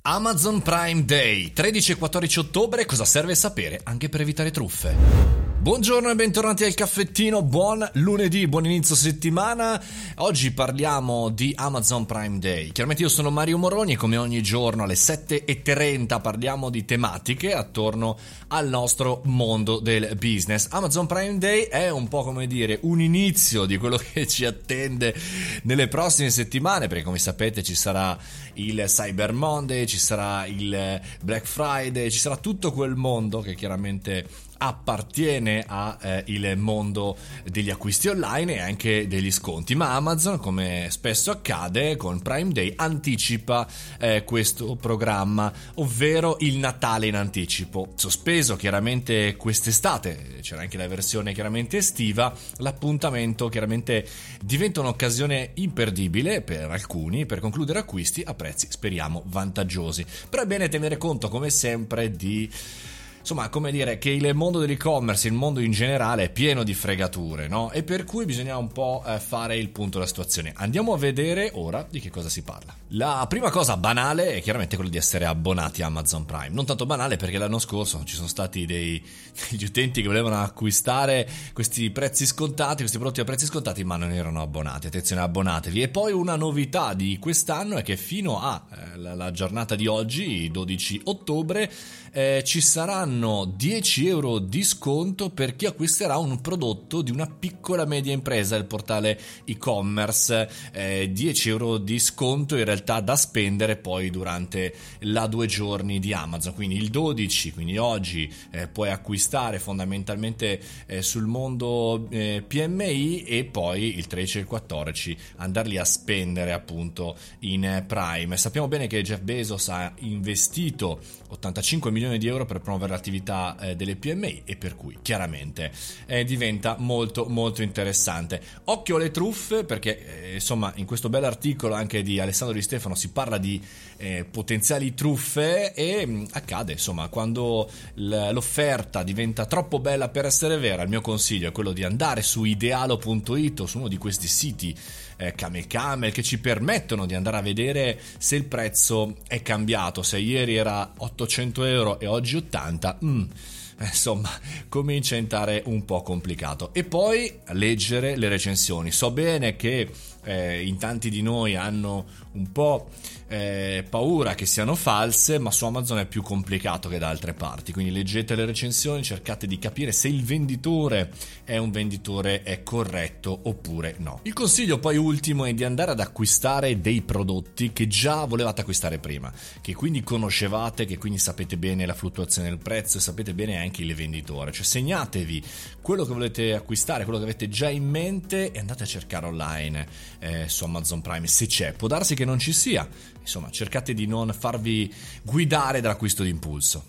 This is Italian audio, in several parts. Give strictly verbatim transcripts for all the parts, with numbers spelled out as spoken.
Amazon Prime Day, tredici e quattordici ottobre, cosa serve sapere anche per evitare truffe? Buongiorno e bentornati al caffettino, buon lunedì, buon inizio settimana. Oggi parliamo di Amazon Prime Day. Chiaramente io sono Mario Moroni e come ogni giorno alle sette e trenta parliamo di tematiche attorno al nostro mondo del business. Amazon Prime Day è un po' come dire un inizio di quello che ci attende nelle prossime settimane, perché come sapete ci sarà il Cyber Monday, ci sarà il Black Friday, ci sarà tutto quel mondo che chiaramente appartiene a eh, il mondo degli acquisti online e anche degli sconti, ma Amazon, come spesso accade con Prime Day, anticipa eh, questo programma, ovvero il Natale in anticipo, sospeso chiaramente quest'estate. C'era anche la versione chiaramente estiva. L'appuntamento chiaramente diventa un'occasione imperdibile per alcuni per concludere acquisti a prezzi speriamo vantaggiosi, però è bene tenere conto come sempre di Insomma, come dire, che il mondo dell'e-commerce, il mondo in generale è pieno di fregature, no? E per cui bisogna un po' eh, fare il punto della situazione. Andiamo a vedere ora di che cosa si parla. La prima cosa banale è chiaramente quella di essere abbonati a Amazon Prime. Non tanto banale perché l'anno scorso ci sono stati dei, degli utenti che volevano acquistare questi prezzi scontati, questi prodotti a prezzi scontati, ma non erano abbonati. Attenzione, abbonatevi. E poi una novità di quest'anno è che fino a eh, la, la giornata di oggi, dodici ottobre, eh, ci saranno dieci euro di sconto per chi acquisterà un prodotto di una piccola media impresa del portale e-commerce. eh, dieci euro di sconto in realtà da spendere poi durante la due giorni di Amazon, quindi il dodici, quindi oggi eh, puoi acquistare fondamentalmente eh, sul mondo eh, P M I e poi il tredici e il quattordici andarli a spendere appunto in eh, Prime. Sappiamo bene che Jeff Bezos ha investito ottantacinque milioni di euro per promuovere l'attività eh, delle P M I e per cui chiaramente eh, diventa molto molto interessante. Occhio alle truffe perché eh, insomma in questo bel articolo anche di Alessandro Di Stefano si parla di eh, potenziali truffe e mh, accade insomma quando l- l'offerta diventa troppo bella per essere vera. Il mio consiglio è quello di andare su idealo punto it o su uno di questi siti eh, Camel Camel che ci permettono di andare a vedere se il prezzo è cambiato, se ieri era ottocento euro e oggi ottanta. Mm. Insomma, comincia a diventare un po' complicato. E poi leggere le recensioni. So bene che eh, in tanti di noi hanno un po' eh, paura che siano false, ma su Amazon è più complicato che da altre parti. Quindi leggete le recensioni, cercate di capire se il venditore è un venditore è corretto oppure no. Il consiglio poi ultimo è di andare ad acquistare dei prodotti che già volevate acquistare prima, che quindi conoscevate, che quindi sapete bene la fluttuazione del prezzo e sapete bene anche il venditore. Cioè segnatevi quello che volete acquistare, quello che avete già in mente e andate a cercare online eh, su Amazon Prime se c'è. Può darsi che non ci sia, insomma cercate di non farvi guidare dall'acquisto d'impulso.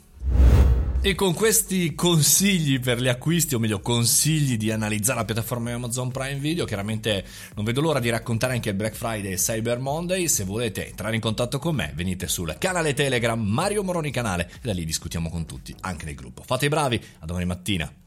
E con questi consigli per gli acquisti, o meglio consigli di analizzare la piattaforma di Amazon Prime Video, chiaramente non vedo l'ora di raccontare anche il Black Friday e Cyber Monday. Se volete entrare in contatto con me venite sul canale Telegram Mario Moroni Canale e da lì discutiamo con tutti anche nel gruppo. Fate i bravi, a domani mattina.